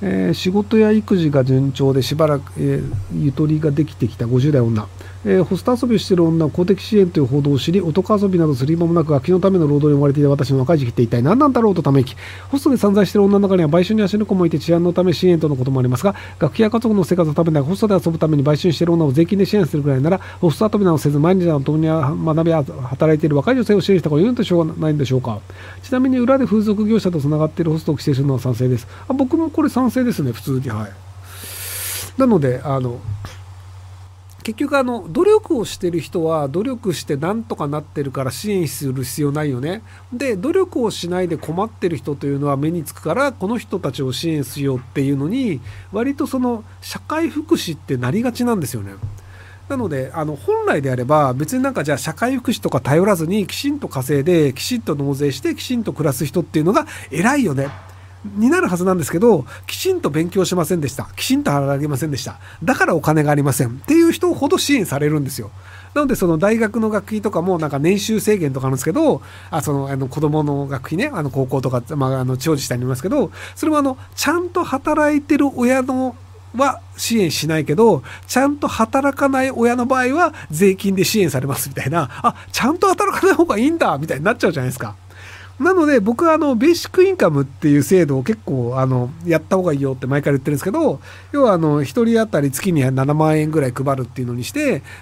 仕事や育児が順調でしばらく、ゆとりができてきた50代女、ホスト遊びをしている女は公的支援という報道を知り、男遊びなどする間もなく学費のための労働に追われていた私の若い時期って一体何なんだろうとため息。ホストで散在している女の中には売春に足の子もいて治安のため支援とのこともありますが、学費や家族の生活のためならホストで遊ぶために売春している女を税金で支援するくらいなら、ホスト遊びなどせず毎日の共に学びや働いている若い女性を支援した方がいいのでしょうがないんでしょうか。ちなみに裏で風俗業者とつながっているホストを規制するのは賛成です。僕もこれ賛成ですね、普通に。はい。なので結局努力をしている人は努力してなんとかなってるから支援する必要ないよね。で努力をしないで困ってる人というのは目につくからこの人たちを支援しようっていうのに割とその社会福祉ってなりがちなんですよね。なので本来であれば別になんかじゃあ社会福祉とか頼らずにきちんと稼いできちんと納税してきちんと暮らす人っていうのが偉いよねになるはずなんですけど、きちんと勉強しませんでした、きちんと働きませんでした、だからお金がありませんっていう人ほど支援されるんですよ。なのでその大学の学費とかもなんか年収制限とかあるんですけど、子供の学費ね、高校とか、地方自治体にいますけど、それはちゃんと働いてる親のは支援しないけど、ちゃんと働かない親の場合は税金で支援されますみたいな、ちゃんと働かない方がいいんだみたいになっちゃうじゃないですか。なので僕はベーシックインカムっていう制度を結構やった方がいいよって毎回言ってるんですけど、要は1人当たり月に7万円ぐらい配るっていうのにして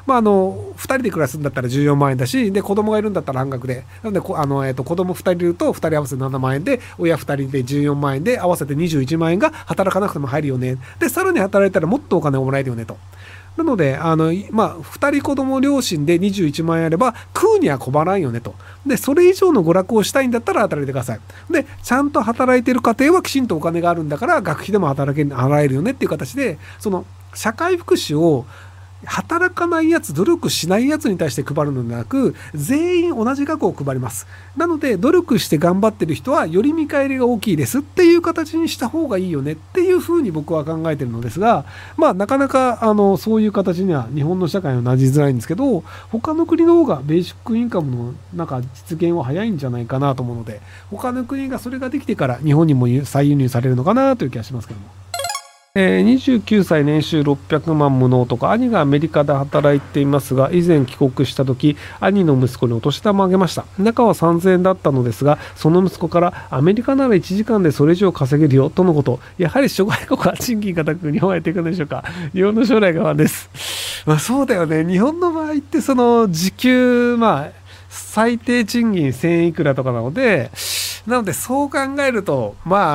、2人で暮らすんだったら14万円だし、で子供がいるんだったら半額で、なので子供2人いると2人合わせて7万円で、親2人で14万円で合わせて21万円が働かなくても入るよね。でさらに働いたらもっとお金をもらえるよねと。なので2人子供両親で21万円あれば食うには困らんよねと。でそれ以上の娯楽をしたいんだったら働いてください。でちゃんと働いてる家庭はきちんとお金があるんだから学費でも払えるよねっていう形で、その社会福祉を働かないやつ、努力しないやつに対して配るのではなく、全員同じ額を配ります。なので努力して頑張ってる人はより見返りが大きいですっていう形にした方がいいよねっていうふうに僕は考えてるのですが、なかなかそういう形には日本の社会はなじづらいんですけど、他の国の方がベーシックインカムのなんか実現は早いんじゃないかなと思うので、他の国がそれができてから日本にも再輸入されるのかなという気がしますけども。29歳年収600万無能とか、兄がアメリカで働いていますが、以前帰国した時兄の息子にお年玉をあげました。中は3000円だったのですが、その息子からアメリカなら1時間でそれ以上稼げるよとのこと。やはり諸外国は賃金が高く日本はやっていくのでしょうか。日本の将来が不安です。そうだよね。日本の場合ってその時給最低賃金1000いくらとかなので、そう考えると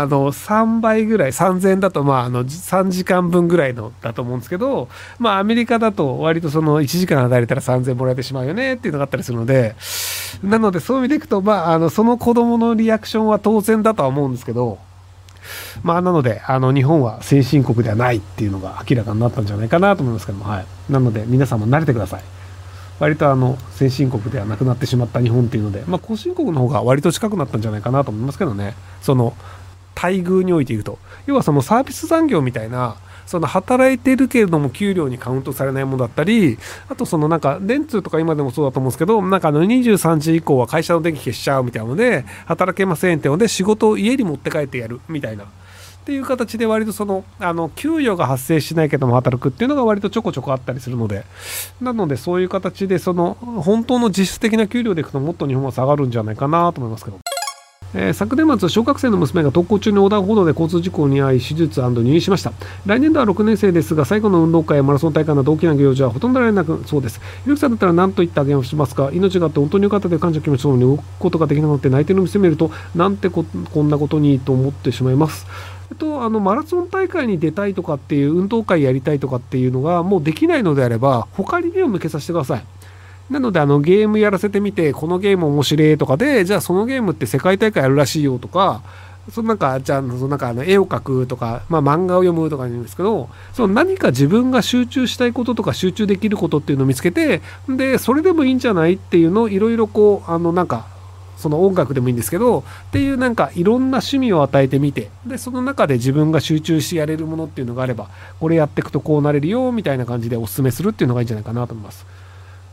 3倍ぐらい、3000円だと3時間分ぐらいのだと思うんですけど、アメリカだと割とその1時間働いたら3000円もらえてしまうよねっていうのがあったりするので、なのでそういう意味でいくとその子供のリアクションは当然だとは思うんですけど、なので日本は先進国ではないっていうのが明らかになったんじゃないかなと思いますけども、はい。なので皆さんも慣れてください。割と先進国ではなくなってしまった日本っていうので、後進国の方が割と近くなったんじゃないかなと思いますけどね。その待遇において言うと、要はそのサービス残業みたいな、その働いてるけれども給料にカウントされないものだったり、あとその電通とか今でもそうだと思うんですけど、23時以降は会社の電気消しちゃうみたいなので働けませんってので仕事を家に持って帰ってやるみたいなっていう形で、割とその給与が発生しないけども働くっていうのが割とちょこちょこあったりするので、なのでそういう形でその本当の実質的な給料でいくともっと日本は下がるんじゃないかなと思いますけど。昨年末、小学生の娘が登校中に横断歩道で交通事故に遭い手術入院しました。来年度は6年生ですが、最後の運動会やマラソン大会など大きな行事はほとんどられなくそうです。ゆるきさんだったら何といった挙言をしますか。命があって本当に良かったという感謝の気持ちとともに動くことができなくなって泣いてる娘を見ると、なんてこんなことにと思ってしまいます。マラソン大会に出たいとかっていう、運動会やりたいとかっていうのがもうできないのであれば、他に目を向けさせてください。なのでゲームやらせてみて、このゲーム面白いとかで、じゃあそのゲームって世界大会やるらしいよとか、じゃあ絵を描くとか、漫画を読むとか言うんですけど、その何か自分が集中したいこととか集中できることっていうのを見つけて、でそれでもいいんじゃないっていうのをいろいろその音楽でもいいんですけどっていう、いろんな趣味を与えてみて、でその中で自分が集中してやれるものっていうのがあれば、これやっていくとこうなれるよみたいな感じでお勧めするっていうのがいいんじゃないかなと思います。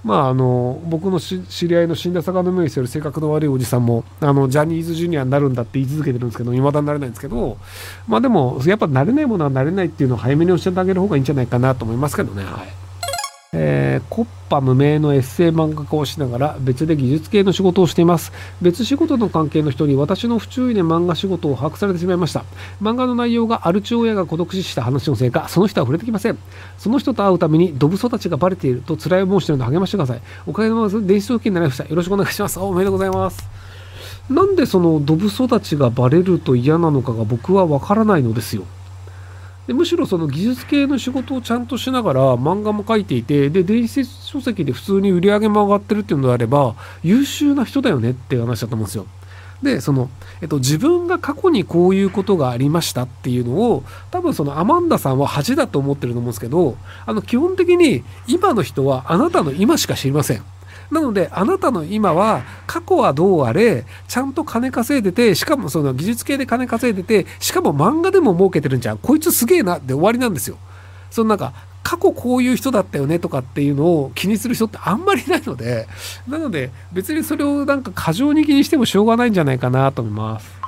僕の知り合いの死んだ魚の目をしてる性格の悪いおじさんもジャニーズジュニアになるんだって言い続けてるんですけど、未だになれないんですけど、でもやっぱなれないものはなれないっていうのを早めに教えてあげる方がいいんじゃないかなと思いますけどね。はい。コッパ無名のエッセイ漫画家をしながら別で技術系の仕事をしています。別仕事の関係の人に私の不注意で漫画仕事を把握されてしまいました。漫画の内容がアルチ親が孤独死した話のせいか、その人は触れてきません。その人と会うためにドブソたちがバレていると辛い思いをしているので励ましてください。おかげでまず電子書籍になりました。よろしくお願いします。おめでとうございます。なんでそのドブソたちがバレると嫌なのかが僕はわからないのですよ。でむしろその技術系の仕事をちゃんとしながら漫画も書いていて、で電子書籍で普通に売り上げも上がってるっていうのであれば優秀な人だよねっていう話だと思うんですよ。で自分が過去にこういうことがありましたっていうのを多分そのアマンダさんは恥だと思ってると思うんですけど、基本的に今の人はあなたの今しか知りません。なのであなたの今は過去はどうあれちゃんと金稼いでて、しかもその技術系で金稼いでて、しかも漫画でも儲けてるんじゃん、こいつすげえなで終わりなんですよ。そのなんか過去こういう人だったよねとかっていうのを気にする人ってあんまりいないので、なので別にそれをなんか過剰に気にしてもしょうがないんじゃないかなと思います。